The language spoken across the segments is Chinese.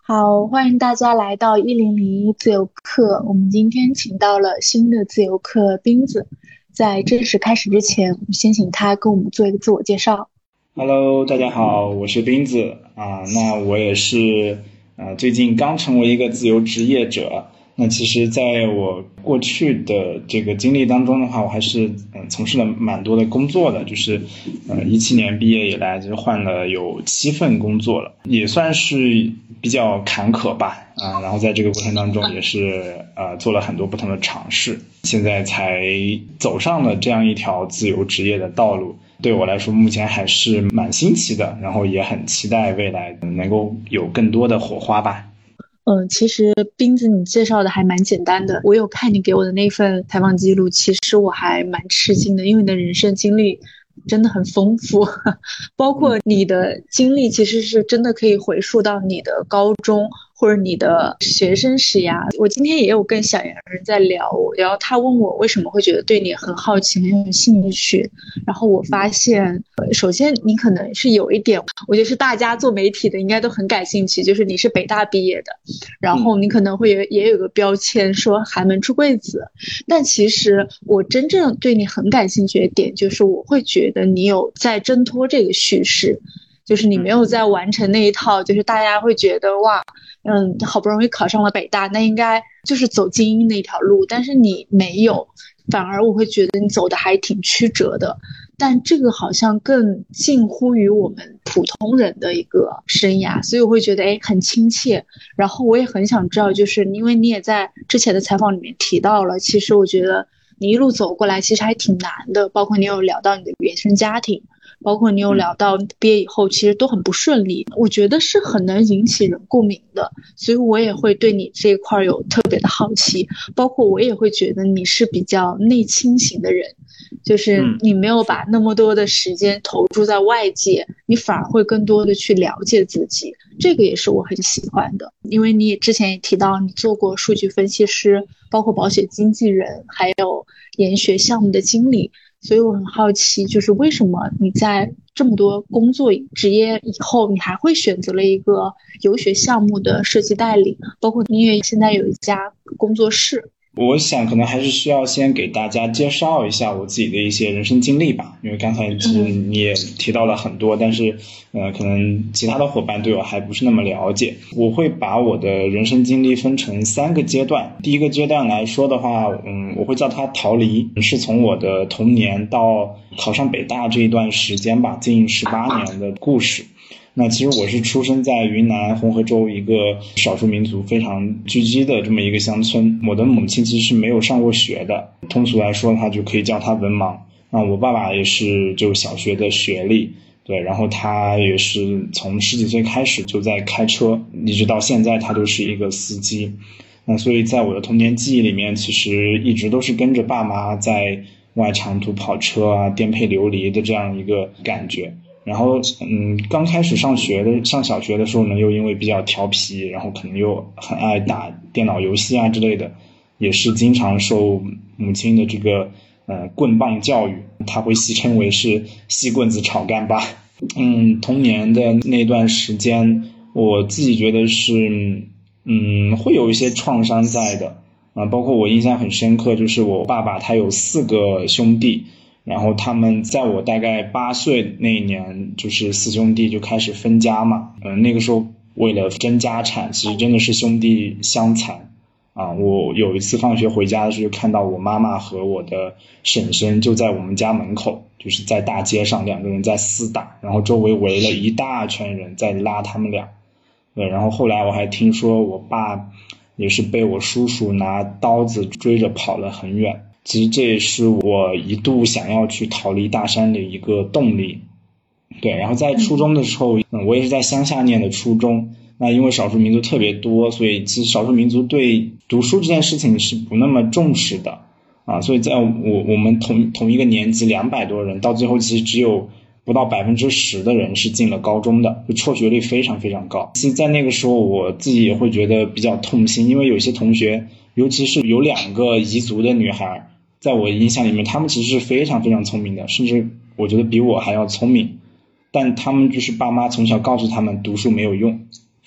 好，欢迎大家来到1001自由课。我们今天请到了新的自由课斌子，在正式开始之前，我们先请他跟我们做一个自我介绍。 Hello，大家好，我是斌子那我也是最近刚成为一个自由职业者。那其实在我过去的这个经历当中的话，我还是从事了蛮多的工作的，就是17年毕业以来就换了有7份工作了，也算是比较坎坷吧然后在这个过程当中也是做了很多不同的尝试，现在才走上了这样一条自由职业的道路。对我来说目前还是蛮新奇的，然后也很期待未来能够有更多的火花吧。 其实斌子你介绍的还蛮简单的，我有看你给我的那份采访记录，其实我还蛮吃惊的，因为你的人生经历真的很丰富，包括你的经历其实是真的可以回溯到你的高中或者你的学生时涯。我今天也有跟小杨人在聊，然后他问我为什么会觉得对你很好奇、很有兴趣，然后我发现，首先你可能是有一点，我觉得是大家做媒体的应该都很感兴趣，就是你是北大毕业的，然后你可能会也有个标签说寒门出贵子，但其实我真正对你很感兴趣的点就是我会觉得你有在挣脱这个叙事，就是你没有在完成那一套，就是大家会觉得哇，好不容易考上了北大，那应该就是走精英那条路，但是你没有，反而我会觉得你走的还挺曲折的。但这个好像更近乎于我们普通人的一个生涯，所以我会觉得很亲切。然后我也很想知道，就是因为你也在之前的采访里面提到了，其实我觉得你一路走过来其实还挺难的，包括你有聊到你的原生家庭，包括你有聊到毕业以后其实都很不顺利，我觉得是很能引起人共鸣的，所以我也会对你这一块有特别的好奇，包括我也会觉得你是比较内倾型的人，就是你没有把那么多的时间投注在外界，你反而会更多的去了解自己，这个也是我很喜欢的。因为你之前也提到你做过数据分析师，包括保险经纪人，还有研学项目的经理，所以我很好奇，就是为什么你在这么多工作职业以后，你还会选择了一个游学项目的设计代理，包括你也现在有一家工作室。 我想可能还是需要先给大家介绍一下我自己的一些人生经历吧，因为刚才其实你也提到了很多，但是可能其他的伙伴对我还不是那么了解。我会把我的人生经历分成3个阶段。第一个阶段来说的话，我会叫它逃离，是从我的童年到考上北大这一段时间吧，近18年的故事。那其实我是出生在云南红河州一个少数民族非常聚集的这么一个乡村，我的母亲其实是没有上过学的，通俗来说的话就可以叫她文盲。我爸爸也是就小学的学历，对，然后他也是从十几岁开始就在开车，一直到现在他都是一个司机。那所以在我的童年记忆里面，其实一直都是跟着爸妈在外长途跑车颠沛流离的这样一个感觉。然后刚开始上小学的时候呢，又因为比较调皮，然后可能又很爱打电脑游戏之类的，也是经常受母亲的这个棍棒教育，他会戏称为是细棍子炒干巴。童年的那段时间我自己觉得是会有一些创伤在的包括我印象很深刻，就是我爸爸他有4个兄弟，然后他们在我大概8岁那一年，就是4兄弟就开始分家嘛。那个时候为了争家产，其实真的是兄弟相残我有一次放学回家的时候，看到我妈妈和我的婶婶就在我们家门口，就是在大街上2个人在厮打，然后周围围了一大圈人在拉他们俩。对，然后后来我还听说我爸也是被我叔叔拿刀子追着跑了很远。其实这也是我一度想要去逃离大山的一个动力。对，然后在初中的时候我也是在乡下念的初中，那因为少数民族特别多，所以其实少数民族对读书这件事情是不那么重视的所以在我们同一个年级200多人，到最后其实只有不到10%的人是进了高中的，就辍学率非常非常高。其实在那个时候我自己也会觉得比较痛心，因为有些同学，尤其是有2个彝族的女孩，在我印象里面她们其实是非常非常聪明的，甚至我觉得比我还要聪明，但她们就是爸妈从小告诉她们读书没有用，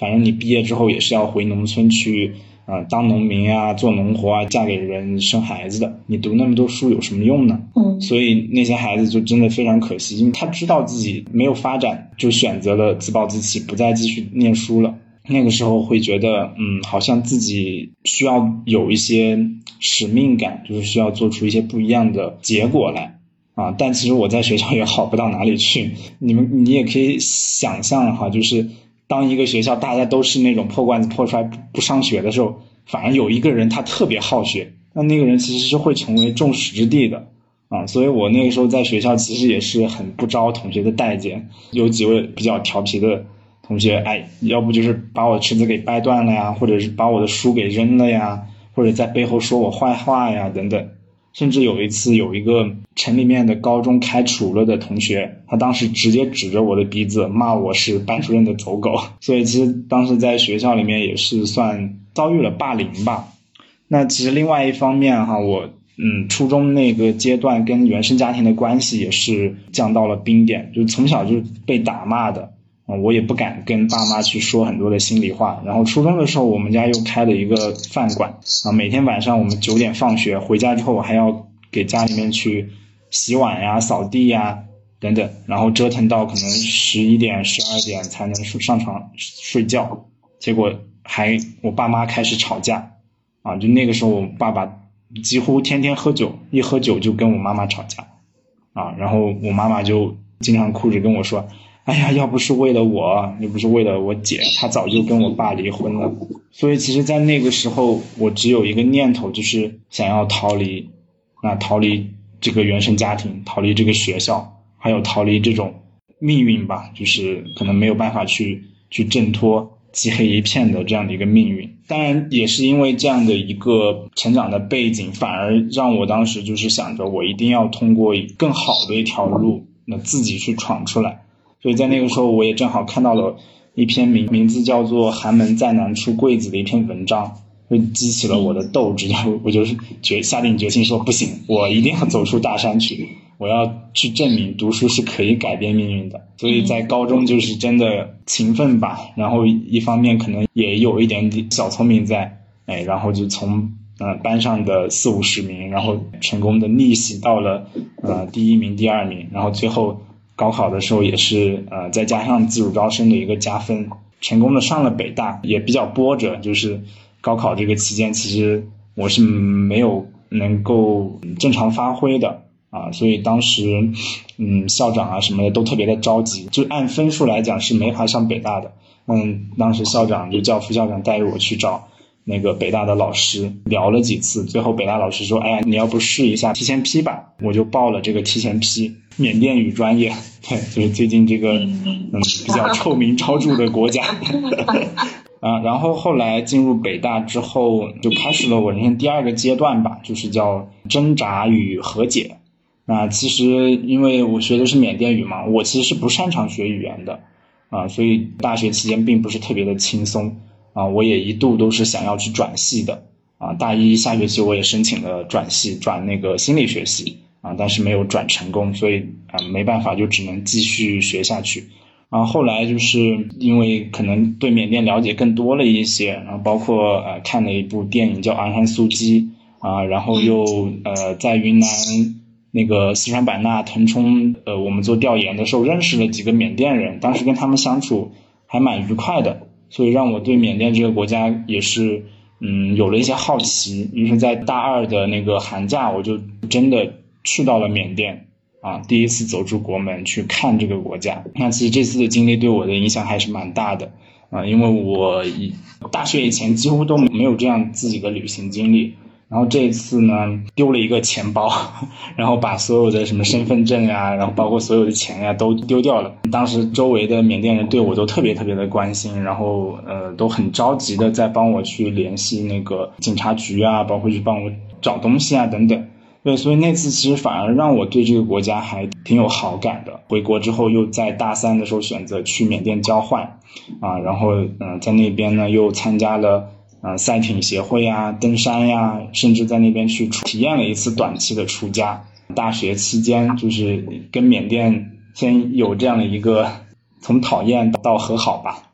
反正你毕业之后也是要回农村去当农民啊，做农活啊，嫁给人生孩子的，你读那么多书有什么用呢？所以那些孩子就真的非常可惜，因为他知道自己没有发展，就选择了自暴自弃，不再继续念书了。那个时候会觉得好像自己需要有一些使命感，就是需要做出一些不一样的结果来啊。但其实我在学校也好不到哪里去，你也可以想象哈，就是当一个学校大家都是那种破罐子破摔不上学的时候，反而有一个人他特别好学，那个人其实是会成为众矢之的的啊。所以我那个时候在学校其实也是很不招同学的待见，有几位比较调皮的同学，要不就是把我池子给掰断了呀，或者是把我的书给扔了呀，或者在背后说我坏话呀等等。甚至有一次有一个城里面的高中开除了的同学，他当时直接指着我的鼻子骂我是班主任的走狗。所以其实当时在学校里面也是算遭遇了霸凌吧。那其实另外一方面哈，我初中那个阶段跟原生家庭的关系也是降到了冰点，就从小就被打骂的我也不敢跟爸妈去说很多的心里话。然后初中的时候我们家又开了一个饭馆每天晚上我们9点放学回家之后，我还要给家里面去洗碗呀扫地呀等等，然后折腾到可能11点12点才能上床睡觉，结果我爸妈开始吵架就那个时候我爸爸几乎天天喝酒，一喝酒就跟我妈妈吵架然后我妈妈就经常哭着跟我说，哎呀，要不是为了我，又不是为了我姐，她早就跟我爸离婚了。所以其实在那个时候我只有一个念头，就是想要逃离这个原生家庭，逃离这个学校，还有逃离这种命运吧，就是可能没有办法去挣脱漆黑一片的这样的一个命运。当然也是因为这样的一个成长的背景，反而让我当时就是想着我一定要通过更好的一条路自己去闯出来。所以在那个时候我也正好看到了一篇名字叫做寒门再难出贵子的一篇文章，就激起了我的斗志，我就是下定决心说不行，我一定要走出大山去，我要去证明读书是可以改变命运的。所以在高中就是真的勤奋吧，然后一方面可能也有一点小聪明在然后就从班上的40-50名，然后成功的逆袭到了第1名第2名，然后最后高考的时候也是再加上自主招生的一个加分，成功的上了北大。也比较波折，就是高考这个期间其实我是没有能够正常发挥的所以当时校长啊什么的都特别的着急，就按分数来讲是没法上北大的。当时校长就叫副校长带着我去找那个北大的老师聊了几次，最后北大老师说，哎呀，你要不试一下提前批吧，我就报了这个提前批缅甸语专业。对，就是最近这个比较臭名昭著的国家然后后来进入北大之后，就开始了我人生第2个阶段吧，就是叫挣扎与和解。其实因为我学的是缅甸语嘛，我其实是不擅长学语言的所以大学期间并不是特别的轻松我也一度都是想要去转系的大一下学期我也申请了转系，转那个心理学系但是没有转成功，所以没办法就只能继续学下去。后来就是因为可能对缅甸了解更多了一些，然后包括看了一部电影叫《昂山素姬》然后又在云南那个西双版纳腾冲我们做调研的时候认识了几个缅甸人，当时跟他们相处还蛮愉快的，所以让我对缅甸这个国家也是有了一些好奇。于是在大2的那个寒假我就真的去到了缅甸第一次走出国门去看这个国家。那其实这次的经历对我的影响还是蛮大的因为我大学以前几乎都没有这样自己的旅行经历，然后这一次呢丢了一个钱包，然后把所有的什么身份证然后包括所有的钱都丢掉了。当时周围的缅甸人对我都特别特别的关心，然后都很着急的在帮我去联系那个警察局包括去帮我找东西等等。对，所以那次其实反而让我对这个国家还挺有好感的。回国之后又在大3的时候选择去缅甸交换然后在那边呢又参加了赛艇协会登山甚至在那边去体验了一次短期的出家。大学期间就是跟缅甸先有这样的一个从讨厌到和好吧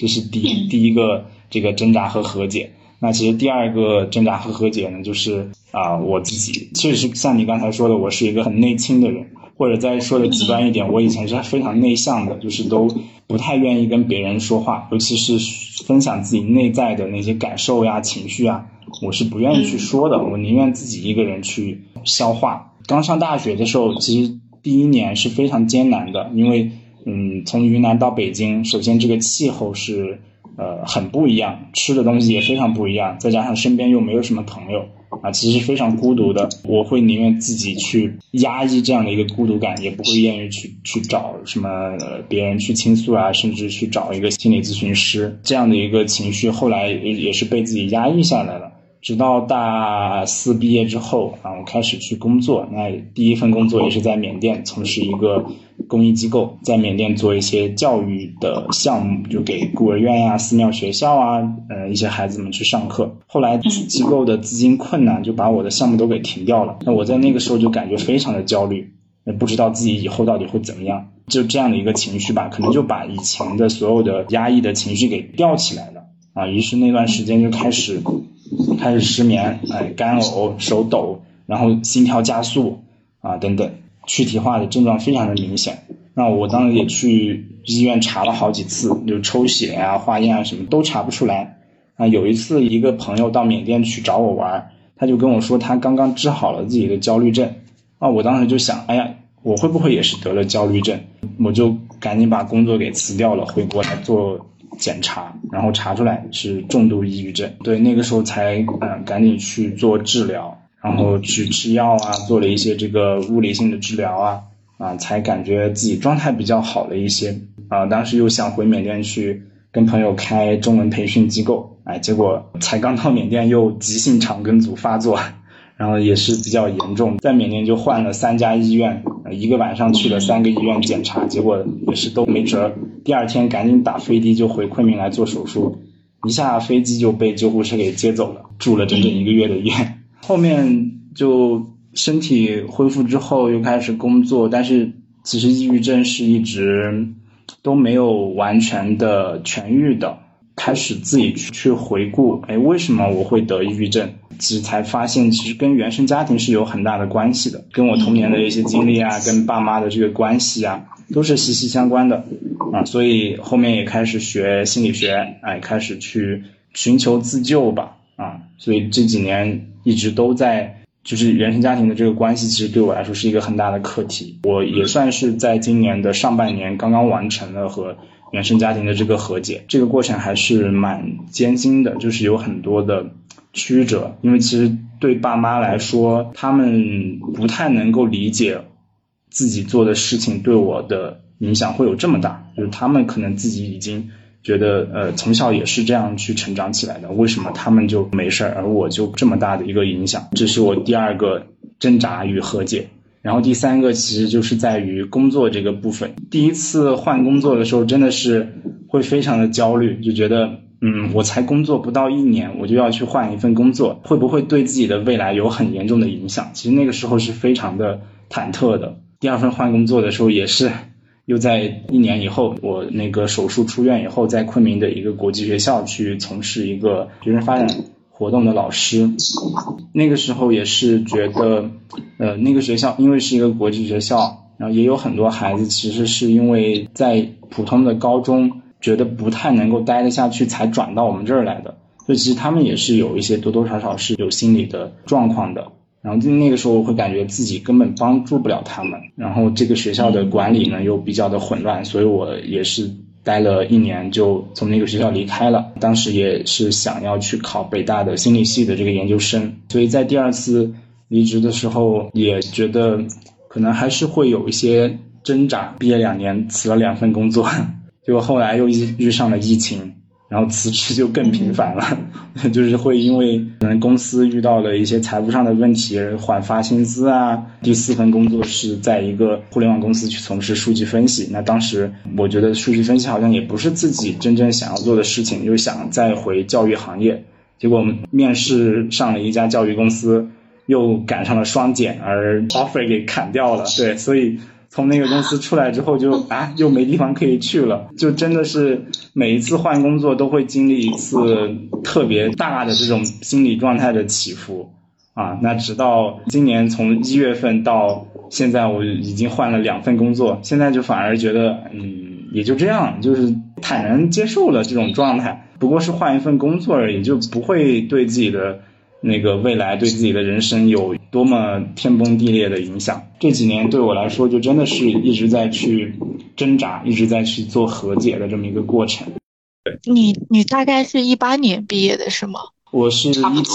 这是第一个这个挣扎和和解。那其实第二个挣扎和和解呢，就是我自己确实像你刚才说的，我是一个很内倾的人，或者再说的极端一点，我以前是非常内向的，就是都不太愿意跟别人说话，尤其是分享自己内在的那些感受呀、情绪啊，我是不愿意去说的，我宁愿自己一个人去消化。刚上大学的时候，其实第一年是非常艰难的，因为从云南到北京，首先这个气候是很不一样，吃的东西也非常不一样，再加上身边又没有什么朋友其实是非常孤独的。我会宁愿自己去压抑这样的一个孤独感，也不会愿意去找什么别人去倾诉甚至去找一个心理咨询师。这样的一个情绪后来也是被自己压抑下来了。直到大4毕业之后我开始去工作。那第一份工作也是在缅甸从事一个公益机构，在缅甸做一些教育的项目，就给孤儿院寺庙学校一些孩子们去上课。后来机构的资金困难，就把我的项目都给停掉了。那我在那个时候就感觉非常的焦虑，也不知道自己以后到底会怎么样，就这样的一个情绪吧，可能就把以前的所有的压抑的情绪给吊起来了于是那段时间就开始失眠，干呕、手抖，然后心跳加速等等，躯体化的症状非常的明显。那我当时也去医院查了好几次，就抽血化验什么都查不出来有一次一个朋友到缅甸去找我玩，他就跟我说他刚刚治好了自己的焦虑症我当时就想，哎呀，我会不会也是得了焦虑症？我就赶紧把工作给辞掉了，回国来做检查，然后查出来是重度抑郁症。对，那个时候才赶紧去做治疗，然后去吃药做了一些这个物理性的治疗才感觉自己状态比较好了一些当时又想回缅甸去跟朋友开中文培训机构结果才刚到缅甸又急性肠梗阻发作，然后也是比较严重，在缅甸就换了3家医院，一个晚上去了3个医院检查，结果也是都没辙。第二天赶紧打飞的就回昆明来做手术，一下飞机就被救护车给接走了，住了整整1个月的院。后面就身体恢复之后又开始工作，但是其实抑郁症是一直都没有完全的痊愈的。开始自己去回顾，为什么我会得抑郁症？其实才发现，其实跟原生家庭是有很大的关系的，跟我童年的一些经历跟爸妈的这个关系都是息息相关的所以后面也开始学心理学，开始去寻求自救吧所以这几年一直都在，就是原生家庭的这个关系，其实对我来说是一个很大的课题。我也算是在今年的上半年刚刚完成了和原生家庭的这个和解，这个过程还是蛮艰辛的，就是有很多的曲折，因为其实对爸妈来说，他们不太能够理解自己做的事情对我的影响会有这么大，就是他们可能自己已经觉得从小也是这样去成长起来的，为什么他们就没事而我就这么大的一个影响？这是我第二个挣扎与和解。然后第三个其实就是在于工作这个部分。第一次换工作的时候真的是会非常的焦虑，就觉得我才工作不到1年我就要去换一份工作，会不会对自己的未来有很严重的影响？其实那个时候是非常的忐忑的。第二份换工作的时候也是又在1年以后，我那个手术出院以后，在昆明的一个国际学校去从事一个学生发展活动的老师。那个时候也是觉得那个学校因为是一个国际学校，然后也有很多孩子其实是因为在普通的高中觉得不太能够待得下去才转到我们这儿来的，所以其实他们也是有一些多多少少是有心理的状况的。然后那个时候我会感觉自己根本帮助不了他们，然后这个学校的管理呢又比较的混乱，所以我也是待了1年就从那个学校离开了。当时也是想要去考北大的心理系的这个研究生，所以在第二次离职的时候也觉得可能还是会有一些挣扎。毕业2年辞了2份工作，结果后来又遇上了疫情，然后辞职就更频繁了就是会因为可能公司遇到了一些财务上的问题缓发薪资第4份工作是在一个互联网公司去从事数据分析，那当时我觉得数据分析好像也不是自己真正想要做的事情，就想再回教育行业，结果面试上了一家教育公司，又赶上了双减，而 offer 给砍掉了。对，所以从那个公司出来之后就又没地方可以去了，就真的是每一次换工作都会经历一次特别大的这种心理状态的起伏啊。那直到今年从1月份到现在，我已经换了2份工作，现在就反而觉得也就这样，就是坦然接受了这种状态，不过是换一份工作而已，就不会对自己的那个未来，对自己的人生有多么天崩地裂的影响。这几年对我来说就真的是一直在去挣扎，一直在去做和解的这么一个过程。 你大概是18年毕业的是吗？ 我是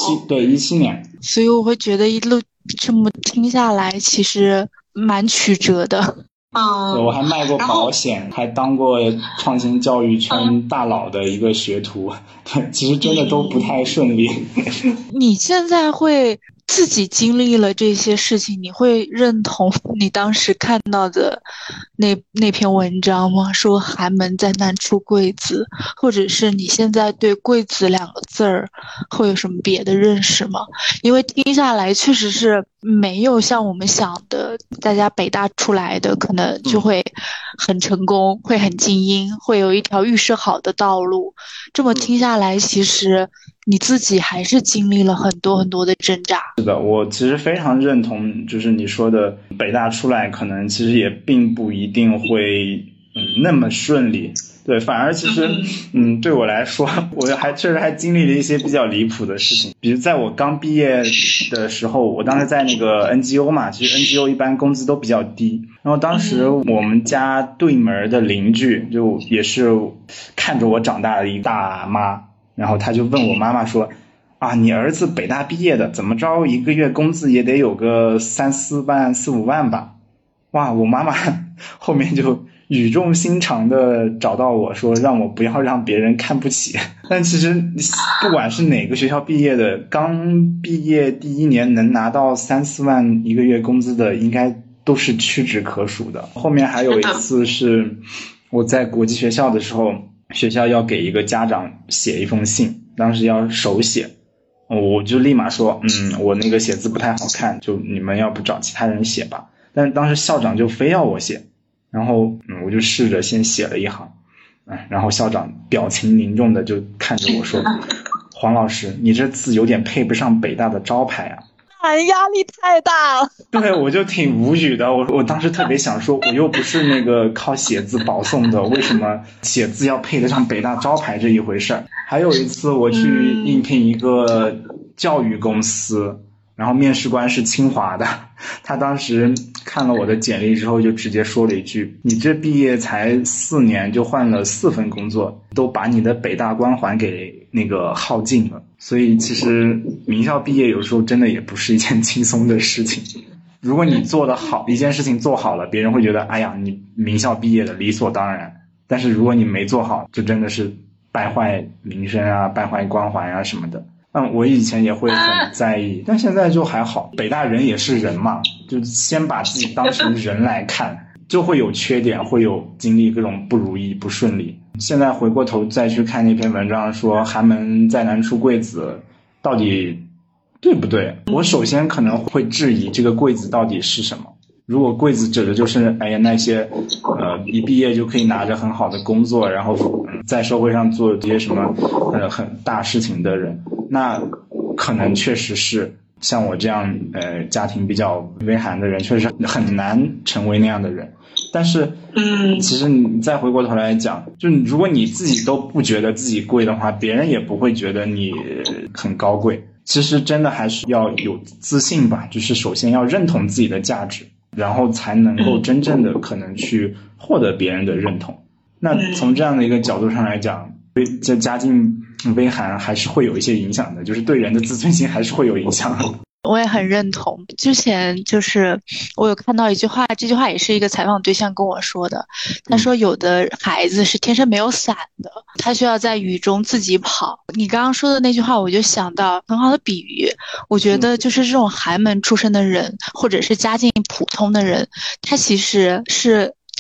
17年。 所以我会觉得一路这么听下来其实蛮曲折的。 我还卖过保险，还当过创新教育圈大佬的一个学徒，其实真的都不太顺利。 你现在会自己经历了这些事情，你会认同你当时看到的那篇文章吗？说寒门再难出贵子，或者是你现在对贵子2个字儿会有什么别的认识吗？因为听下来确实是没有像我们想的，大家北大出来的可能就会很成功，会很精英，会有一条预设好的道路。这么听下来，其实你自己还是经历了很多很多的挣扎。 是的，我其实非常认同，就是你说的北大出来可能其实也并不一定会那么顺利。对，反而其实对我来说，我确实还经历了一些比较离谱的事情。比如在我刚毕业的时候，我当时在那个 NGO 嘛，其实 NGO 一般工资都比较低，然后当时我们家对门的邻居就也是看着我长大的一大妈，然后他就问我妈妈说你儿子北大毕业的，怎么着一个月工资也得有个3-4万4-5万吧。哇，我妈妈后面就语重心长的找到我说让我不要让别人看不起。但其实不管是哪个学校毕业的，刚毕业第1年能拿到3-4万一个月工资的应该都是屈指可数的。后面还有一次是我在国际学校的时候，学校要给一个家长写一封信，当时要手写，我就立马说我那个写字不太好看，就你们要不找其他人写吧。但是当时校长就非要我写，然后我就试着先写了一行，然后校长表情凝重的就看着我说黄老师，你这字有点配不上北大的招牌啊。 压力太大了。 对，我就挺无语的。我当时特别想说，我又不是那个靠写字保送的，为什么写字要配得上北大招牌这一回事儿？还有一次我去应聘一个教育公司，然后面试官是清华的，他当时看了我的简历之后就直接说了一句，你这毕业才4年就换了4份工作，都把你的北大光环给那个耗尽了。所以其实名校毕业有时候真的也不是一件轻松的事情。如果你做得好，一件事情做好了，别人会觉得哎呀你名校毕业的理所当然，但是如果你没做好，就真的是败坏名声啊，败坏光环啊什么的。我以前也会很在意，但现在就还好。北大人也是人嘛，就先把自己当成人来看，就会有缺点，会有经历各种不如意不顺利。现在回过头再去看那篇文章说寒门再难出贵子到底对不对，我首先可能会质疑这个贵子到底是什么。如果贵子指的就是那些一毕业就可以拿着很好的工作，然后在社会上做这些什么很大事情的人，那可能确实是像我这样家庭比较微寒的人，确实很难成为那样的人。但是其实你再回过头来讲，就如果你自己都不觉得自己贵的话，别人也不会觉得你很高贵。其实真的还是要有自信吧，就是首先要认同自己的价值，然后才能够真正的可能去获得别人的认同。那从这样的一个角度上来讲，这家境微寒还是会有一些影响的，就是对人的自尊心还是会有影响的。 我也很认同。之前就是我有看到一句话，这句话也是一个采访对象跟我说的。他说有的孩子是天生没有伞的，他需要在雨中自己跑。你刚刚说的那句话，我就想到很好的比喻。我觉得就是这种寒门出身的人，或者是家境普通的人，他其实是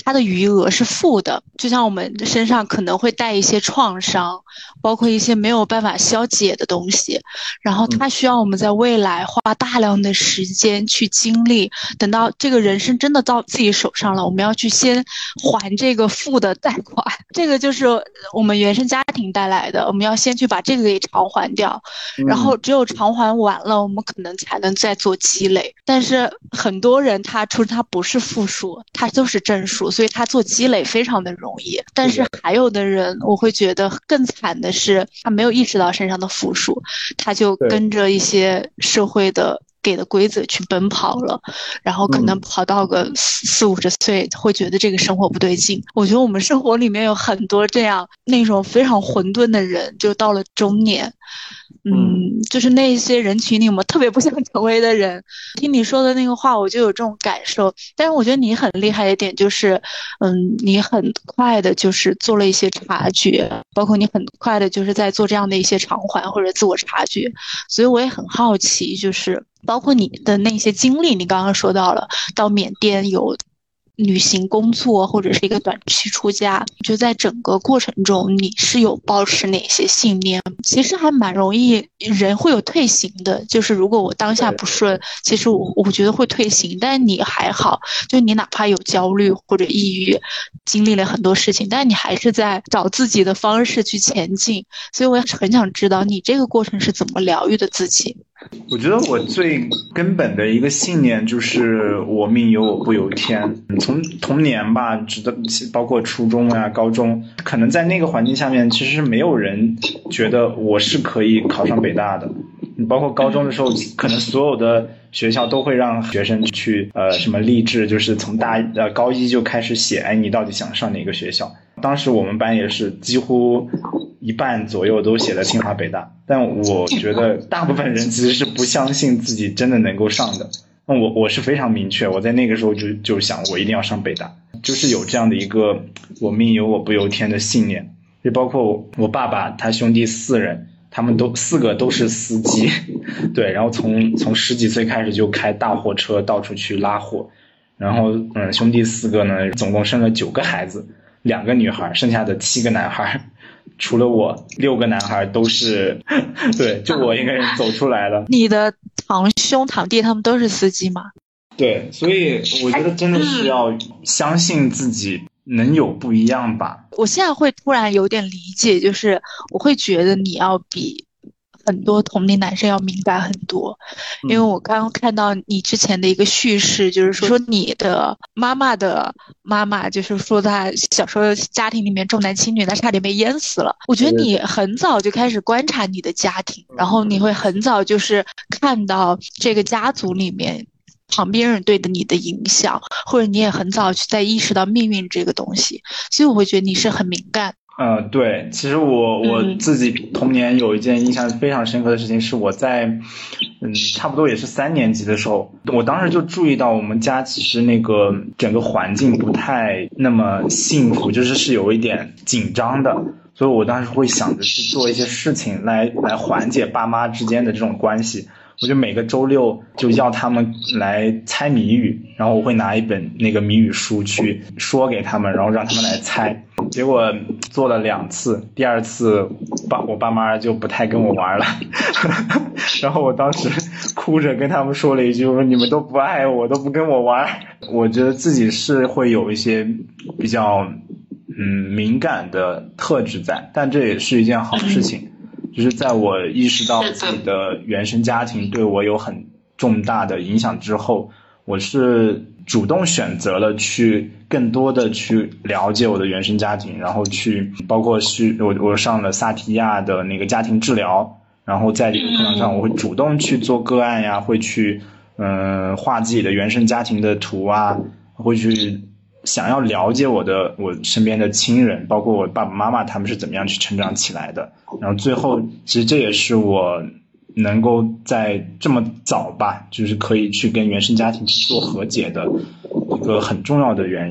它的余额是负的，就像我们身上可能会带一些创伤，包括一些没有办法消解的东西，然后它需要我们在未来花大量的时间去经历，等到这个人生真的到自己手上了，我们要去先还这个负的贷款，这个就是我们原生家庭带来的，我们要先去把这个给偿还掉，然后只有偿还完了，我们可能才能再做积累。但是很多人他不是负数，他都是正数，所以他做积累非常的容易。但是还有的人，我会觉得更惨的是，他没有意识到身上的负数，他就跟着一些社会的给的规则去奔跑了，然后可能跑到个40-50岁，会觉得这个生活不对劲。我觉得我们生活里面有很多这样那种非常混沌的人，就到了中年。就是那些人群里我们特别不想成为的人。听你说的那个话，我就有这种感受。但是我觉得你很厉害的一点就是，你很快的就是做了一些察觉，包括你很快的就是在做这样的一些偿还或者自我察觉。所以我也很好奇，就是包括你的那些经历，你刚刚说到了到缅甸有旅行工作或者是一个短期出家，就在整个过程中你是有保持哪些信念？其实还蛮容易，人会有退行的，就是如果我当下不顺，其实我觉得会退行，但是你还好，就你哪怕有焦虑或者抑郁，经历了很多事情，但你还是在找自己的方式去前进。所以我也很想知道你这个过程是怎么疗愈的自己。 我觉得我最根本的一个信念就是我命由我不由天。从童年吧，直到包括初中啊、高中，可能在那个环境下面，其实没有人觉得我是可以考上北大的。包括高中的时候，可能所有的学校都会让学生去什么励志，就是从高一就开始写，哎，你到底想上哪个学校？当时我们班也是几乎一半左右都写的清华北大，但我觉得大部分人其实是不相信自己真的能够上的。那我是非常明确，我在那个时候就想我一定要上北大，就是有这样的一个我命由我不由天的信念。就包括我爸爸他兄弟4人，他们4个都是司机，对，然后从10几岁开始就开大货车到处去拉货，然后兄弟4个呢，总共生了9个孩子，2个女孩，剩下的7个男孩，除了我6个男孩都是对，就我一个人走出来了。 你的堂兄堂弟他们都是司机吗？ 对，所以我觉得真的是要相信自己能有不一样吧。 我现在会突然有点理解，就是我会觉得你要比很多同龄男生要敏感很多，因为我刚刚看到你之前的一个叙事，就是说你的妈妈的妈妈，就是说她小时候家庭里面重男轻女，她差点被淹死了。我觉得你很早就开始观察你的家庭，然后你会很早就是看到这个家族里面旁边人对你的影响，或者你也很早去在意识到命运这个东西，所以我会觉得你是很敏感。 对，其实我自己童年有一件印象非常深刻的事情，是我在差不多也是3年级的时候，我当时就注意到我们家其实那个整个环境不太那么幸福，就是有一点紧张的，所以我当时会想着去做一些事情来缓解爸妈之间的这种关系。我就每个周六就要他们来猜谜语，然后我会拿一本那个谜语书去说给他们，然后让他们来猜。结果做了2次，第2次我爸妈就不太跟我玩了然后我当时哭着跟他们说了一句，我说你们都不爱我，都不跟我玩。我觉得自己是会有一些比较敏感的特质在，但这也是一件好事情。就是在我意识到自己的原生家庭对我有很重大的影响之后，我是主动选择了去更多的去了解我的原生家庭，然后去包括我上了萨提亚的那个家庭治疗，然后在这个课堂上我会主动去做个案呀，会去画自己的原生家庭的图啊，会去想要了解我身边的亲人，包括我爸爸妈妈他们是怎么样去成长起来的。然后最后其实这也是我能够在这么早吧，就是可以去跟原生家庭去做和解的一个很重要的原因。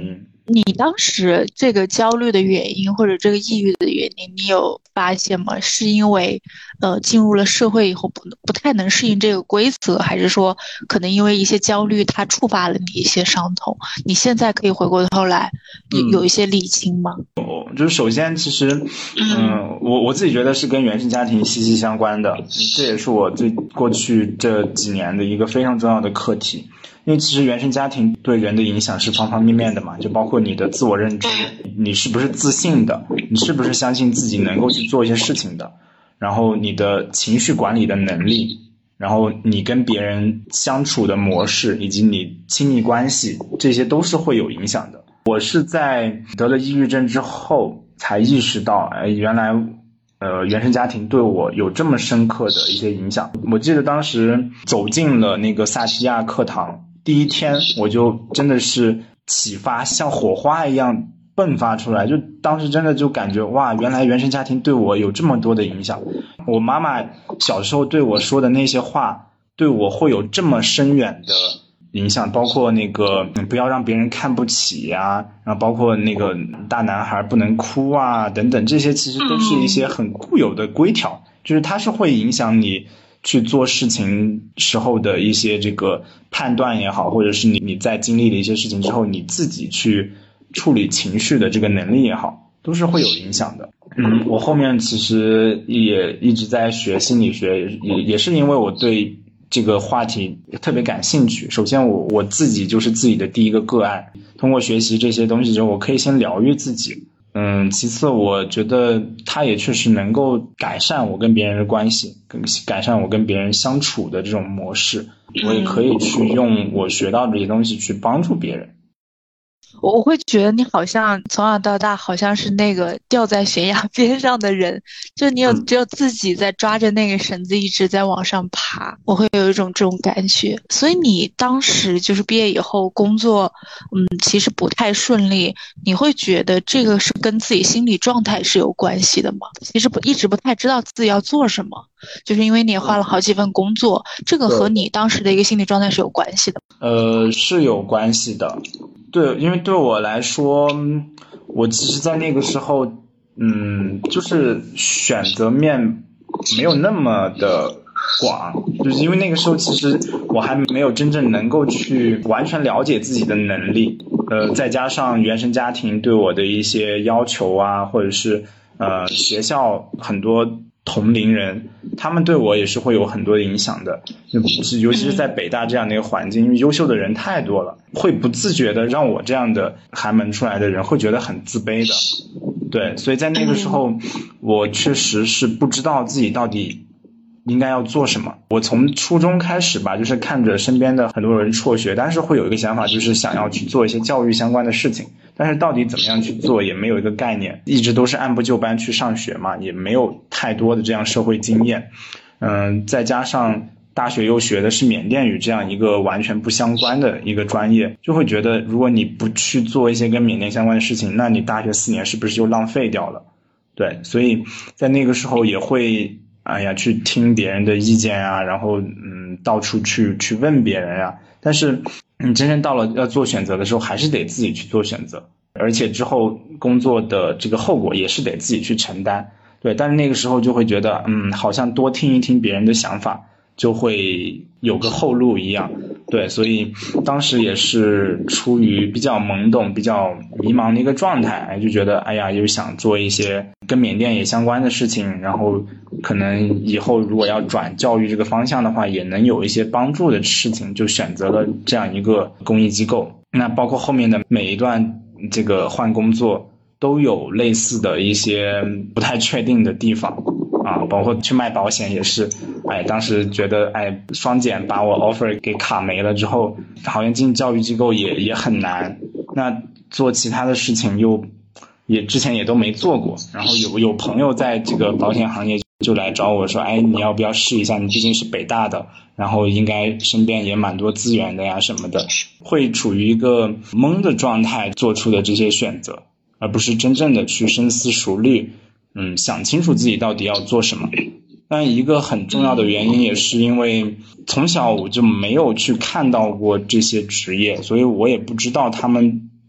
你当时这个焦虑的原因或者这个抑郁的原因，你有发现吗？是因为进入了社会以后不太能适应这个规则，还是说可能因为一些焦虑它触发了你一些伤痛？你现在可以回过头来有一些理清吗？ 就是首先其实我自己觉得是跟原生家庭息息相关的，这也是我过去这几年的一个非常重要的课题。因为其实原生家庭对人的影响是方方面面的嘛，就包括你的自我认知，你是不是自信的，你是不是相信自己能够去做一些事情的，然后你的情绪管理的能力，然后你跟别人相处的模式，以及你亲密关系，这些都是会有影响的。我是在得了抑郁症之后才意识到，原来原生家庭对我有这么深刻的一些影响。我记得当时走进了那个萨提亚课堂第一天，我就真的是启发像火花一样迸发出来，就当时真的就感觉哇，原来原生家庭对我有这么多的影响。我妈妈小时候对我说的那些话，对我会有这么深远的影响，包括那个不要让别人看不起啊，然后包括那个大男孩不能哭啊等等，这些其实都是一些很固有的规条，就是它是会影响你去做事情时候的一些这个判断也好，或者是你在经历了一些事情之后你自己去处理情绪的这个能力也好，都是会有影响的。我后面其实也一直在学心理学，也是因为我对这个话题特别感兴趣。首先我自己就是自己的第一个个案，通过学习这些东西之后，我可以先疗愈自己。其次我觉得它也确实能够改善我跟别人的关系，改善我跟别人相处的这种模式，我也可以去用我学到的这些东西去帮助别人。 我会觉得你好像从小到大好像是那个掉在悬崖边上的人，就你只有自己在抓着那个绳子一直在往上爬，我会有一种这种感觉。所以你当时就是毕业以后工作其实不太顺利，你会觉得这个是跟自己心理状态是有关系的吗？其实一直不太知道自己要做什么，就是因为你也换了好几份工作，这个和你当时的一个心理状态是有关系的。 是有关系的。对，因为对我来说，我其实在那个时候就是选择面没有那么的广，就是因为那个时候其实我还没有真正能够去完全了解自己的能力，再加上原生家庭对我的一些要求啊，或者是学校很多同龄人他们对我也是会有很多影响的，尤其是在北大这样的一个环境，因为优秀的人太多了，会不自觉的让我这样的寒门出来的人会觉得很自卑的。对，所以在那个时候我确实是不知道自己到底应该要做什么。我从初中开始吧，就是看着身边的很多人辍学，但是会有一个想法，就是想要去做一些教育相关的事情，但是到底怎么样去做也没有一个概念，一直都是按部就班去上学嘛，也没有太多的这样社会经验。再加上大学又学的是缅甸语这样一个完全不相关的一个专业，就会觉得如果你不去做一些跟缅甸相关的事情，那你大学4年是不是就浪费掉了？对，所以在那个时候也会去听别人的意见啊，然后到处去问别人啊，但是你真正到了要做选择的时候，还是得自己去做选择，而且之后工作的这个后果也是得自己去承担。对，但是那个时候就会觉得好像多听一听别人的想法就会有个后路一样。对，所以当时也是出于比较懵懂比较迷茫的一个状态，就觉得又想做一些跟缅甸也相关的事情，然后可能以后如果要转教育这个方向的话也能有一些帮助的事情，就选择了这样一个公益机构。那包括后面的每一段这个换工作都有类似的一些不太确定的地方包括去卖保险也是，当时觉得双减把我 offer 给卡没了之后，好像进教育机构也很难，那做其他的事情也之前也都没做过，然后有朋友在这个保险行业就来找我说你要不要试一下，你毕竟是北大的，然后应该身边也蛮多资源的呀什么的，会处于一个懵的状态做出的这些选择，而不是真正的去深思熟虑想清楚自己到底要做什么。但一个很重要的原因也是因为从小我就没有去看到过这些职业，所以我也不知道他们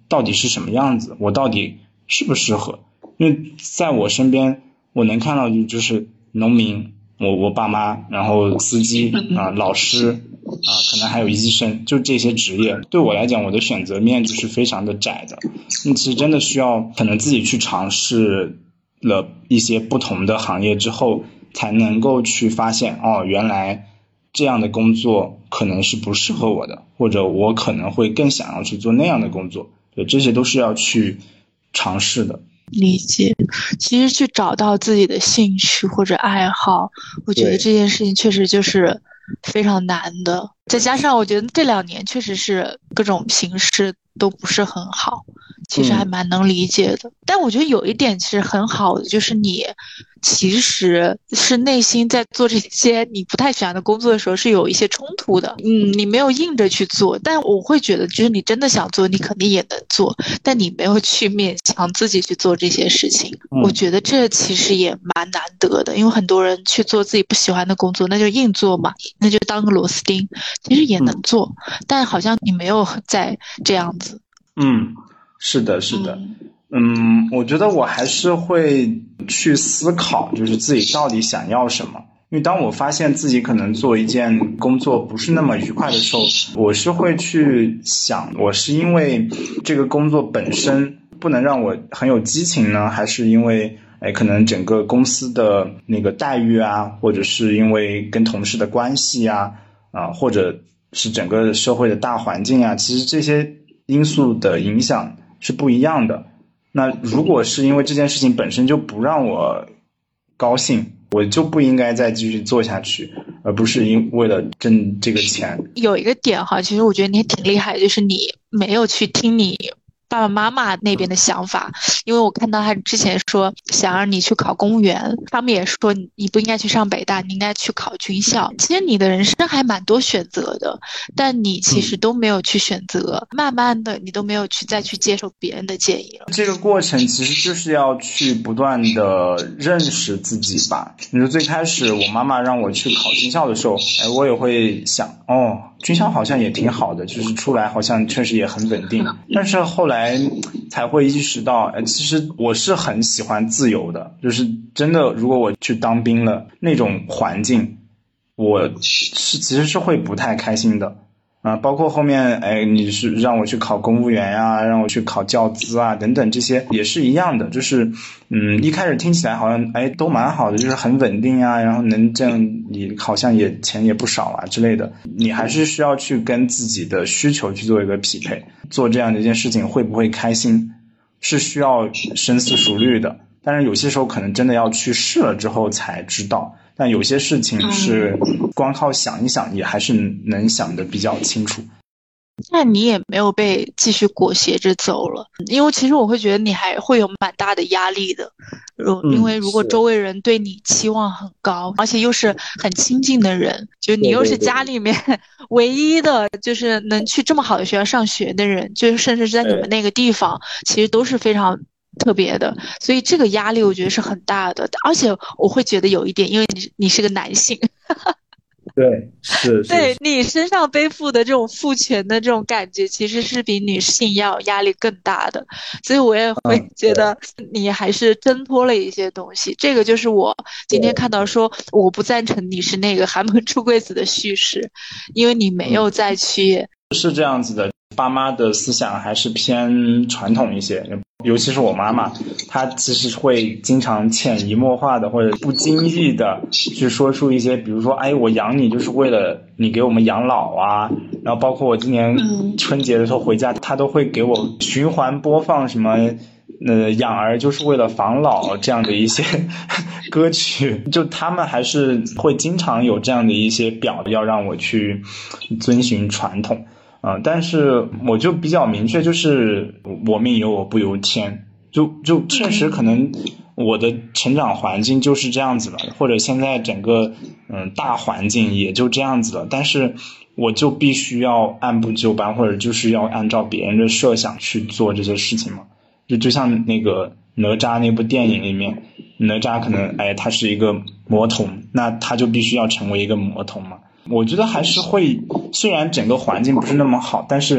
到底是什么样子，我到底适不适合。因为在我身边我能看到就是农民，我爸妈，然后司机老师可能还有医生，就这些职业对我来讲，我的选择面就是非常的窄的。其实真的需要可能自己去尝试了一些不同的行业之后，才能够去发现原来这样的工作可能是不适合我的，或者我可能会更想要去做那样的工作。对，这些都是要去尝试的。 理解，其实去找到自己的兴趣或者爱好，我觉得这件事情确实就是非常难的。再加上我觉得这2年确实是各种形势都不是很好，其实还蛮能理解的。但我觉得有一点其实很好的，就是你其实是内心在做这些你不太喜欢的工作的时候是有一些冲突的。你没有硬着去做，但我会觉得就是你真的想做，你肯定也能做，但你没有去勉强自己去做这些事情。我觉得这其实也蛮难得的，因为很多人去做自己不喜欢的工作，那就硬做嘛，那就当个螺丝钉，其实也能做，但好像你没有在这样子。 是的，是的。我觉得我还是会去思考，就是自己到底想要什么。因为当我发现自己可能做一件工作不是那么愉快的时候，我是会去想，我是因为这个工作本身不能让我很有激情呢，还是因为可能整个公司的那个待遇啊，或者是因为跟同事的关系啊，或者是整个社会的大环境啊，其实这些因素的影响是不一样的。那如果是因为这件事情本身就不让我高兴，我就不应该再继续做下去，而不是为了挣这个钱。 有一个点哈，其实我觉得你也挺厉害的，就是你没有去听你爸爸妈妈那边的想法。因为我看到他之前说想让你去考公务员，他们也说你不应该去上北大，你应该去考军校。其实你的人生还蛮多选择的，但你其实都没有去选择，慢慢的你都没有再去接受别人的建议了。 这个过程其实就是要去不断的认识自己吧。你说最开始我妈妈让我去考军校的时候，我也会想军校好像也挺好的，就是出来好像确实也很稳定。但是后来才会意识到，其实我是很喜欢自由的，就是真的如果我去当兵了，那种环境我其实是会不太开心的。包括后面你是让我去考公务员啊，让我去考教资啊等等，这些也是一样的，就是一开始听起来好像都蛮好的，就是很稳定啊，然后能这样，你好像也钱也不少啊之类的。你还是需要去跟自己的需求去做一个匹配，做这样的一件事情会不会开心是需要深思熟虑的。但是有些时候可能真的要去试了之后才知道，但有些事情是光靠想一想也还是能想得比较清楚。 那你也没有被继续裹挟着走了，因为其实我会觉得你还会有蛮大的压力的，因为如果周围人对你期望很高，而且又是很亲近的人，就你又是家里面唯一的就是能去这么好的学校上学的人，就是甚至是在你们那个地方其实都是非常特别的，所以这个压力我觉得是很大的。而且我会觉得有一点，因为你是个男性对，是对你身上背负的这种父权的这种感觉，其实是比女性要压力更大的，所以我也会觉得你还是挣脱了一些东西。这个就是我今天看到说我不赞成你是那个寒门出贵子的叙事，因为你没有再去是这样子的。爸妈的思想还是偏传统一些，尤其是我妈妈，她其实会经常潜移默化的或者不经意的去说出一些，比如说我养你就是为了你给我们养老啊，然后包括我今年春节的时候回家，她都会给我循环播放什么养儿就是为了防老这样的一些歌曲，就他们还是会经常有这样的一些表要让我去遵循传统。但是我就比较明确，就是我命由我不由天，就确实可能我的成长环境就是这样子了，或者现在整个大环境也就这样子了，但是我就必须要按部就班，或者就是要按照别人的设想去做这些事情嘛。就像那个哪吒那部电影里面，哪吒可能他是一个魔童，那他就必须要成为一个魔童嘛。我觉得还是会，虽然整个环境不是那么好，但是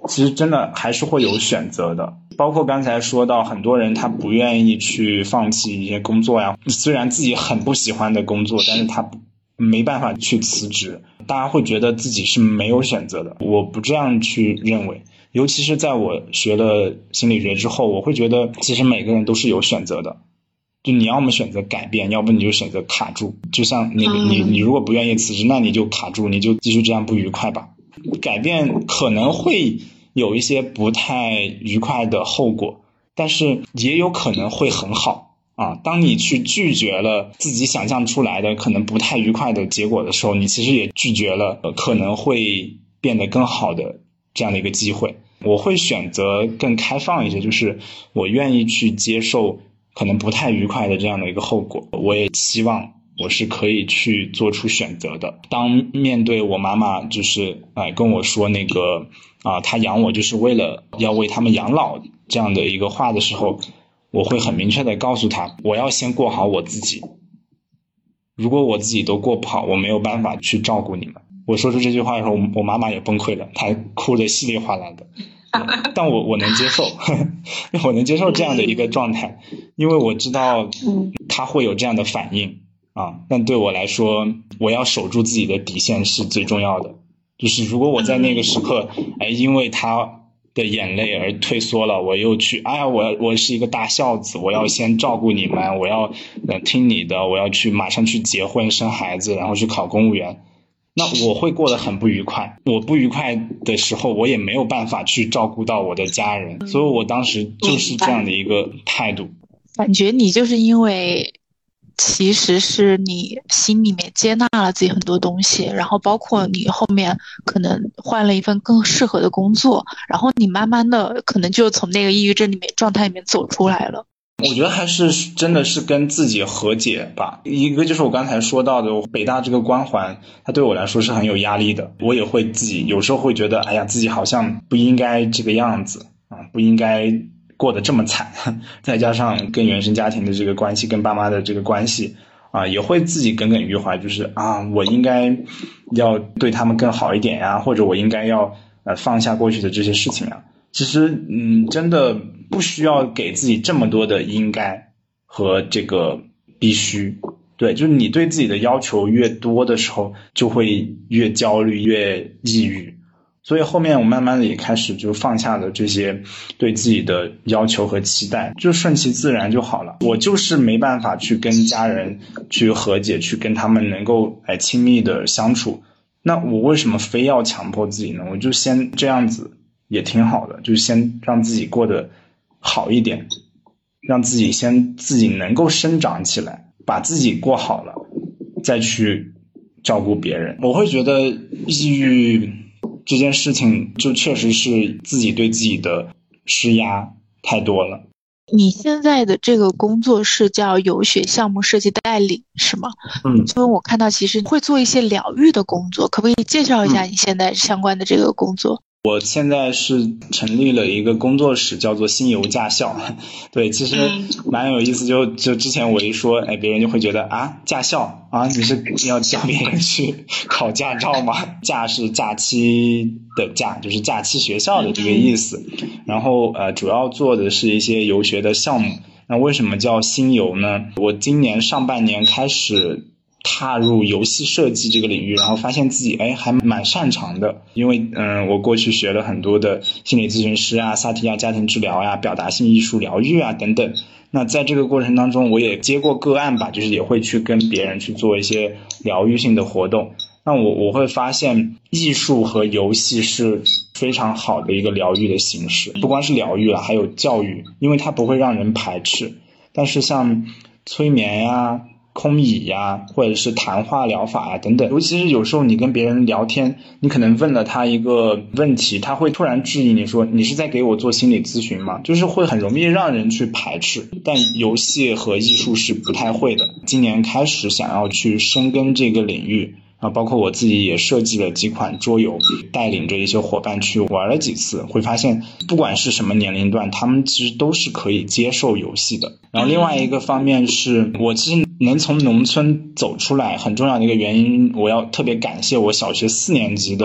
其实真的还是会有选择的。包括刚才说到很多人他不愿意去放弃一些工作呀，虽然自己很不喜欢的工作，但是他没办法去辞职，大家会觉得自己是没有选择的。我不这样去认为，尤其是在我学了心理学之后，我会觉得其实每个人都是有选择的，就你要么选择改变，要不你就选择卡住。就像你如果不愿意辞职，那你就卡住，你就继续这样不愉快吧。改变可能会有一些不太愉快的后果，但是也有可能会很好啊。当你去拒绝了自己想象出来的可能不太愉快的结果的时候，你其实也拒绝了可能会变得更好的这样的一个机会。我会选择更开放一些，就是我愿意去接受可能不太愉快的这样的一个后果，我也希望我是可以去做出选择的。当面对我妈妈就是跟我说那个她养我就是为了要为他们养老这样的一个话的时候，我会很明确的告诉她，我要先过好我自己，如果我自己都过不好，我没有办法去照顾你们。我说出这句话的时候，我妈妈也崩溃了，她哭得稀里哗啦的。但我能接受我能接受这样的一个状态，因为我知道她会有这样的反应但对我来说，我要守住自己的底线是最重要的。就是如果我在那个时刻因为她的眼泪而退缩了，我又去我是一个大孝子，我要先照顾你们，我要听你的，我要去马上去结婚生孩子，然后去考公务员，那我会过得很不愉快。我不愉快的时候，我也没有办法去照顾到我的家人，所以我当时就是这样的一个态度。 感觉你就是因为其实是你心里面接纳了自己很多东西，然后包括你后面可能换了一份更适合的工作，然后你慢慢的可能就从那个抑郁症状态里面走出来了。 我觉得还是真的是跟自己和解吧。一个就是我刚才说到的北大这个光环，它对我来说是很有压力的。我也会自己有时候会觉得自己好像不应该这个样子不应该过得这么惨，再加上跟原生家庭的这个关系，跟爸妈的这个关系也会自己耿耿于怀，就是我应该要对他们更好一点呀，或者我应该要放下过去的这些事情其实真的不需要给自己这么多的应该和这个必须。对，就是你对自己的要求越多的时候，就会越焦虑越抑郁。所以后面我慢慢的也开始就放下了这些对自己的要求和期待，就顺其自然就好了。我就是没办法去跟家人去和解，去跟他们能够亲密的相处，那我为什么非要强迫自己呢？我就先这样子也挺好的，就先让自己过得好一点，让自己能够生长起来，把自己过好了再去照顾别人。我会觉得抑郁这件事情就确实是自己对自己的施压太多了。 你现在的这个工作是叫游学项目设计代理是吗？所以我看到其实会做一些疗愈的工作，可不可以介绍一下你现在相关的这个工作？ 我现在是成立了一个工作室，叫做新游驾校。对，其实蛮有意思，就之前我一说别人就会觉得驾校你是要教别人去考驾照吗？假是假期的假，就是假期学校的这个意思。然后主要做的是一些游学的项目。那为什么叫新游呢？我今年上半年开始踏入游戏设计这个领域，然后发现自己还蛮擅长的。因为我过去学了很多的心理咨询师萨提亚家庭治疗表达性艺术疗愈等等。那在这个过程当中，我也接过个案吧，就是也会去跟别人去做一些疗愈性的活动。那我会发现艺术和游戏是非常好的一个疗愈的形式，不光是疗愈还有教育，因为它不会让人排斥。但是像催眠空椅或者是谈话疗法等等，尤其是有时候你跟别人聊天，你可能问了他一个问题，他会突然质疑你说你是在给我做心理咨询吗？就是会很容易让人去排斥。但游戏和艺术是不太会的。今年开始想要去深耕这个领域包括我自己也设计了几款桌游，带领着一些伙伴去玩了几次，会发现不管是什么年龄段，他们其实都是可以接受游戏的。然后另外一个方面是我其实能从农村走出来，很重要的一个原因，我要特别感谢我小学4年级的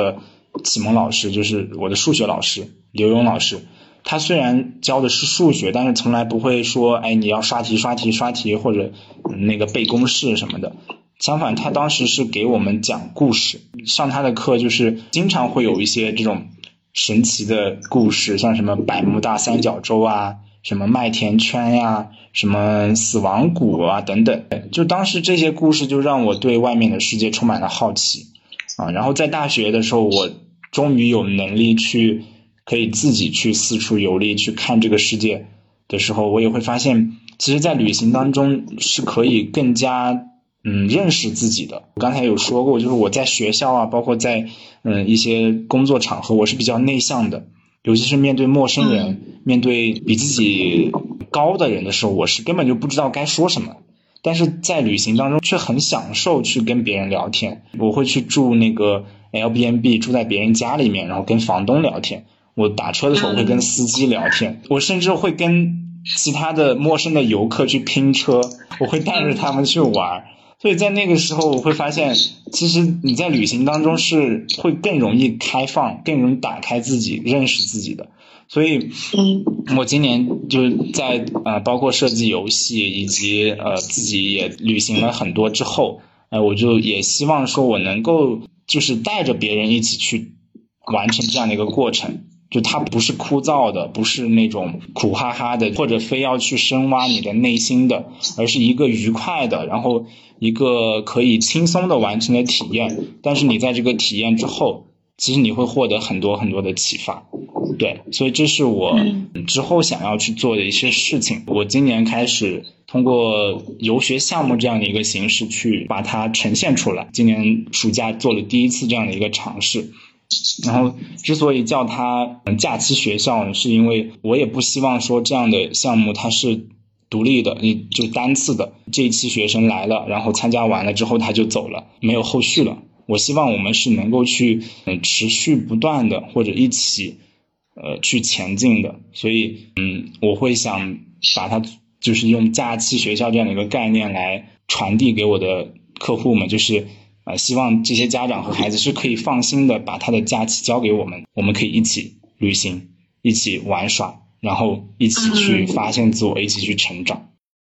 启蒙老师，就是我的数学老师刘勇老师。他虽然教的是数学，但是从来不会说哎你要刷题或者那个背公式什么的。相反，他当时是给我们讲故事，上他的课就是经常会有一些这种神奇的故事，像什么百慕大三角洲啊，什么麦田圈呀，什么死亡谷啊等等。就当时这些故事就让我对外面的世界充满了好奇啊。然后在大学的时候，我终于有能力去可以自己去四处游历，去看这个世界的时候，我也会发现其实在旅行当中是可以更加认识自己的。我刚才有说过，就是我在学校啊，包括在一些工作场合，我是比较内向的，尤其是面对陌生人，面对比自己高的人的时候，我是根本就不知道该说什么。但是在旅行当中却很享受去跟别人聊天，我会去住那个 Airbnb， 住在别人家里面，然后跟房东聊天。我打车的时候会跟司机聊天，我甚至会跟其他的陌生的游客去拼车，我会带着他们去玩。所以在那个时候我会发现，其实你在旅行当中是会更容易开放，更容易打开自己，认识自己的。所以我今年就在包括设计游戏以及自己也旅行了很多之后，我就也希望说我能够就是带着别人一起去完成这样的一个过程，就它不是枯燥的，不是那种苦哈哈的，或者非要去深挖你的内心的，而是一个愉快的，然后一个可以轻松的完成的体验。但是你在这个体验之后，其实你会获得很多很多的启发。对，所以这是我之后想要去做的一些事情。我今年开始通过游学项目这样的一个形式去把它呈现出来，今年暑假做了第一次这样的一个尝试。然后之所以叫它假期学校，是因为我也不希望说这样的项目它是独立的，你就单次的，这一期学生来了，然后参加完了之后他就走了，没有后续了。我希望我们是能够去持续不断的，或者一起去前进的。所以我会想把它就是用假期学校这样的一个概念来传递给我的客户们，就是希望这些家长和孩子是可以放心的把他的假期交给我们，我们可以一起旅行，一起玩耍，然后一起去发现自我，一起去成长。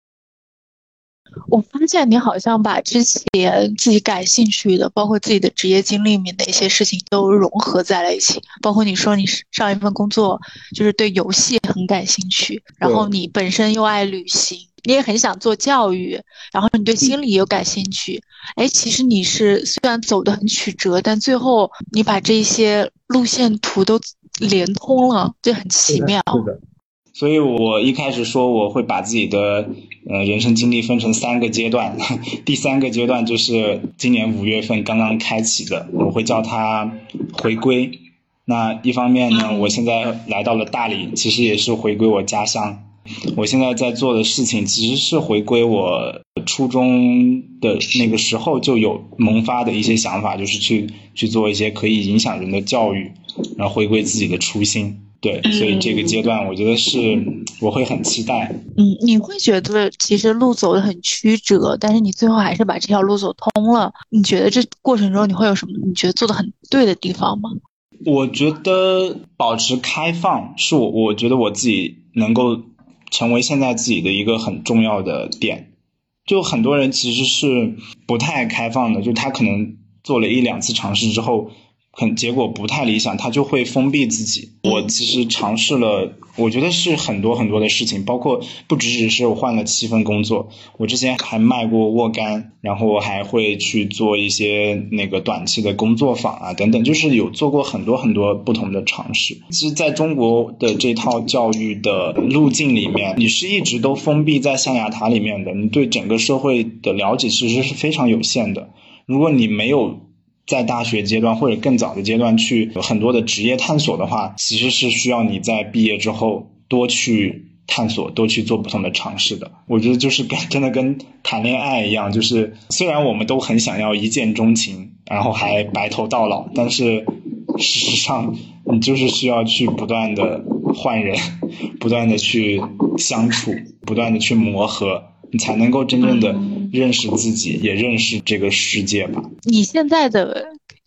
我发现你好像把之前自己感兴趣的，包括自己的职业经历里面的一些事情都融合在了一起。包括你说你上一份工作就是对游戏很感兴趣，然后你本身又爱旅行，你也很想做教育，然后你对心理也有感兴趣。其实你是虽然走得很曲折，但最后你把这些路线图都连通了，就很奇妙。 是的。所以我一开始说我会把自己的人生经历分成3个阶段，第3个阶段就是今年5月份刚刚开启的，我会叫它回归。那一方面呢，我现在来到了大理，其实也是回归我家乡。我现在在做的事情其实是回归我初中的那个时候就有萌发的一些想法，就是去做一些可以影响人的教育，然后回归自己的初心。对，所以这个阶段我觉得是我会很期待。 你会觉得其实路走得很曲折，但是你最后还是把这条路走通了，你觉得这过程中你会有什么你觉得做得很对的地方吗？ 我觉得保持开放是我觉得我自己能够成为现在自己的一个很重要的点。就很多人其实是不太开放的，就他可能做了1-2次尝试之后结果不太理想，他就会封闭自己。我其实尝试了，我觉得是很多很多的事情，包括不只是我换了7份工作，我之前还卖过沃柑，然后我还会去做一些那个短期的工作坊啊等等，就是有做过很多很多不同的尝试。其实在中国的这套教育的路径里面，你是一直都封闭在象牙塔里面的，你对整个社会的了解其实是非常有限的。如果你没有在大学阶段或者更早的阶段去有很多的职业探索的话，其实是需要你在毕业之后多去探索，多去做不同的尝试的。我觉得就是真的跟谈恋爱一样，就是虽然我们都很想要一见钟情，然后还白头到老，但是事实上你就是需要去不断的换人，不断的去相处，不断的去磨合，你才能够真正的认识自己，也认识这个世界吧。 你现在的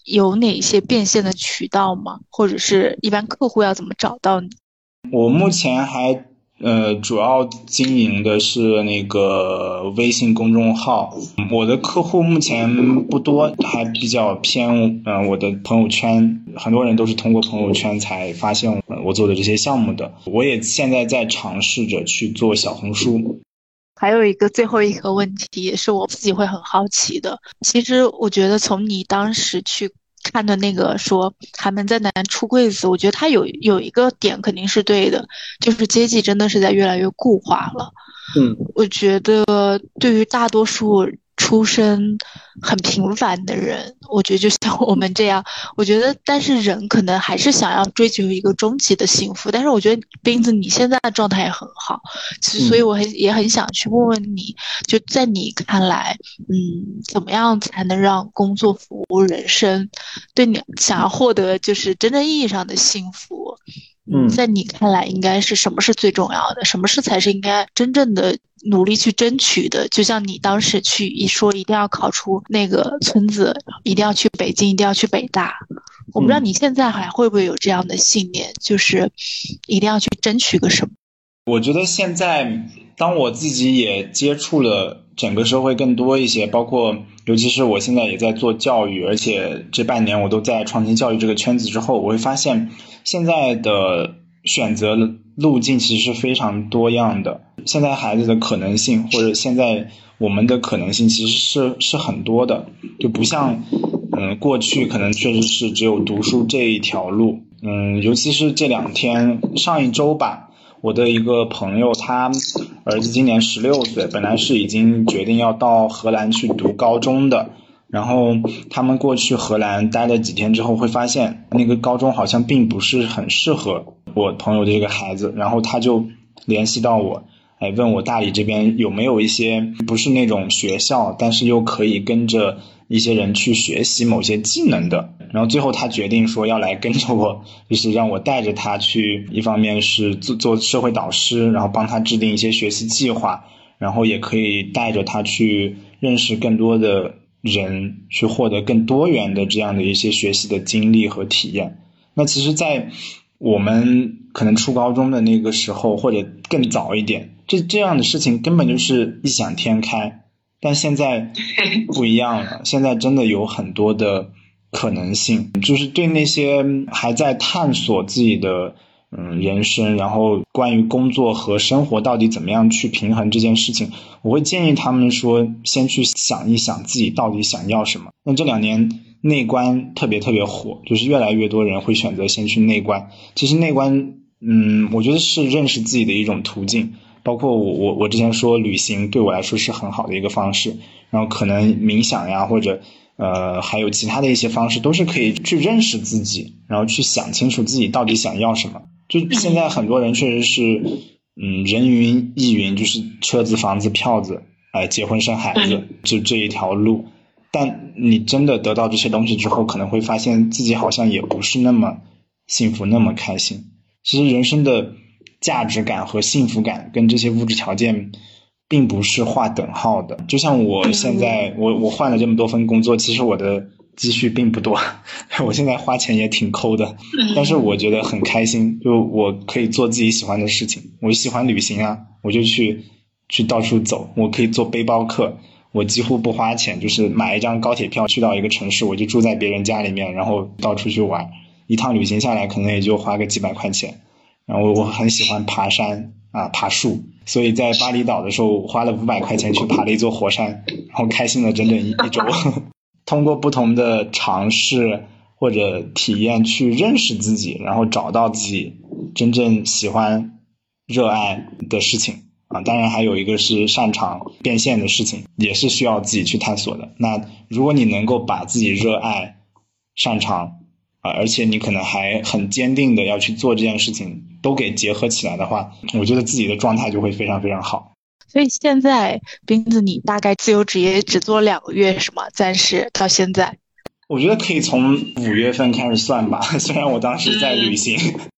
有哪些变现的渠道吗？或者是一般客户要怎么找到你？ 我目前还主要经营的是那个微信公众号，我的客户目前不多，还比较偏我的朋友圈，很多人都是通过朋友圈才发现我做的这些项目的。我也现在在尝试着去做小红书。 还有一个最后一个问题，也是我自己会很好奇的。其实我觉得从你当时去看的那个说寒门再难出贵子，我觉得他有一个点肯定是对的，就是阶级真的是在越来越固化了。我觉得对于大多数出身很平凡的人，我觉得就像我们这样，我觉得但是人可能还是想要追求一个终极的幸福。但是我觉得斌子你现在的状态也很好，其实所以我也很想去问问你，就在你看来，怎么样才能让工作服务人生，对你想要获得就是真正意义上的幸福？在你看来应该是什么是最重要的，什么事才是应该真正的努力去争取的？就像你当时去一说一定要考出那个村子，一定要去北京，一定要去北大，我不知道你现在还会不会有这样的信念，就是一定要去争取个什么？ 我觉得现在当我自己也接触了整个社会更多一些，包括尤其是我现在也在做教育，而且这半年我都在创新教育这个圈子之后，我会发现现在的选择路径其实是非常多样的。现在孩子的可能性，或者现在我们的可能性其实是很多的，就不像过去可能确实是只有读书这一条路。尤其是这2天，上一周吧，我的一个朋友，他儿子今年16岁，本来是已经决定要到荷兰去读高中的，然后他们过去荷兰待了几天之后，会发现那个高中好像并不是很适合我朋友的这个孩子，然后他就联系到我，问我大理这边有没有一些不是那种学校，但是又可以跟着一些人去学习某些技能的。然后最后他决定说要来跟着我，就是让我带着他去，一方面是做社会导师，然后帮他制定一些学习计划，然后也可以带着他去认识更多的人，去获得更多元的这样的一些学习的经历和体验。那其实在我们可能初高中的那个时候，或者更早一点，这样的事情根本就是异想天开。但现在不一样了，现在真的有很多的可能性，就是对那些还在探索自己的人生，然后关于工作和生活到底怎么样去平衡这件事情，我会建议他们说先去想一想自己到底想要什么。那这2年内观特别火，就是越来越多人会选择先去内观。其实内观我觉得是认识自己的一种途径，包括我之前说旅行对我来说是很好的一个方式，然后可能冥想呀，或者还有其他的一些方式，都是可以去认识自己，然后去想清楚自己到底想要什么。就现在很多人确实是人云亦云，就是车子房子票子结婚生孩子，就这一条路。但你真的得到这些东西之后，可能会发现自己好像也不是那么幸福那么开心。其实人生的价值感和幸福感跟这些物质条件并不是划等号的。就像我现在我换了这么多份工作，其实我的积蓄并不多，我现在花钱也挺抠的，但是我觉得很开心，就我可以做自己喜欢的事情。我喜欢旅行啊，我就去到处走，我可以做背包客，我几乎不花钱，就是买一张高铁票去到一个城市，我就住在别人家里面，然后到处去玩，一趟旅行下来可能也就花个几百块钱。然后我很喜欢爬山爬树，所以在巴厘岛的时候花了500块钱去爬了一座火山，然后开心了整整一周。通过不同的尝试或者体验去认识自己，然后找到自己真正喜欢热爱的事情当然还有一个是擅长变现的事情，也是需要自己去探索的。那如果你能够把自己热爱擅长而且你可能还很坚定的要去做这件事情都给结合起来的话，我觉得自己的状态就会非常非常好。 所以现在斌子你大概自由职业只做2个月是吗？暂时到现在我觉得可以从5月份开始算吧，虽然我当时在旅行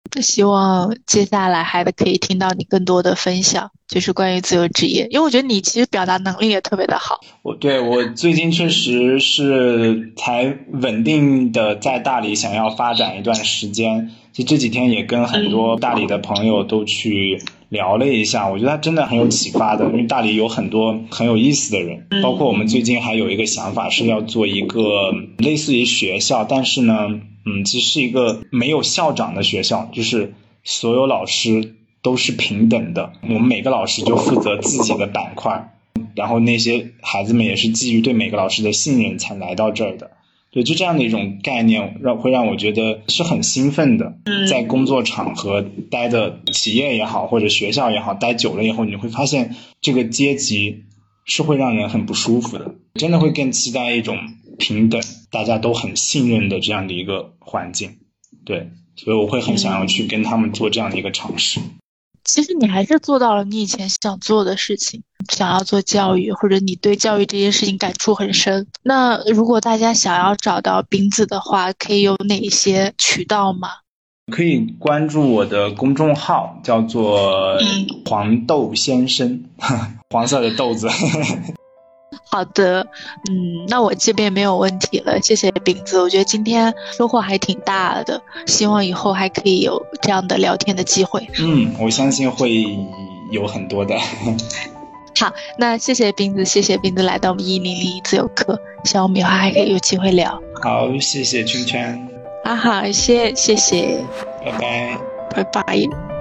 希望接下来还可以听到你更多的分享，就是关于自由职业，因为我觉得你其实表达能力也特别的好。 我最近确实是才稳定的在大理想要发展一段时间，其实这几天也跟很多大理的朋友都去聊了一下，我觉得它真的很有启发的，因为大理有很多很有意思的人，包括我们最近还有一个想法是要做一个类似于学校，但是呢其实是一个没有校长的学校，就是所有老师都是平等的，我们每个老师就负责自己的板块，然后那些孩子们也是基于对每个老师的信任才来到这儿的。对，就这样的一种概念会让我觉得是很兴奋的。在工作场合待的企业也好或者学校也好，待久了以后你会发现这个阶级是会让人很不舒服的，真的会更期待一种平等大家都很信任的这样的一个环境。对，所以我会很想要去跟他们做这样的一个尝试。 其实你还是做到了你以前想做的事情，想要做教育，或者你对教育这件事情感触很深。那如果大家想要找到斌子的话，可以有哪些渠道吗？ 可以关注我的公众号，叫做黄豆先生，黄色的豆子。 好的，那我这边没有问题了，谢谢斌子，我觉得今天收获还挺大的，希望以后还可以有这样的聊天的机会。 我相信会有很多的。 好，那谢谢斌子，谢谢斌子来到我们1001自由课，希望我们以后还可以有机会聊。 好，谢谢圈圈。 好，谢谢， 拜拜。 拜拜。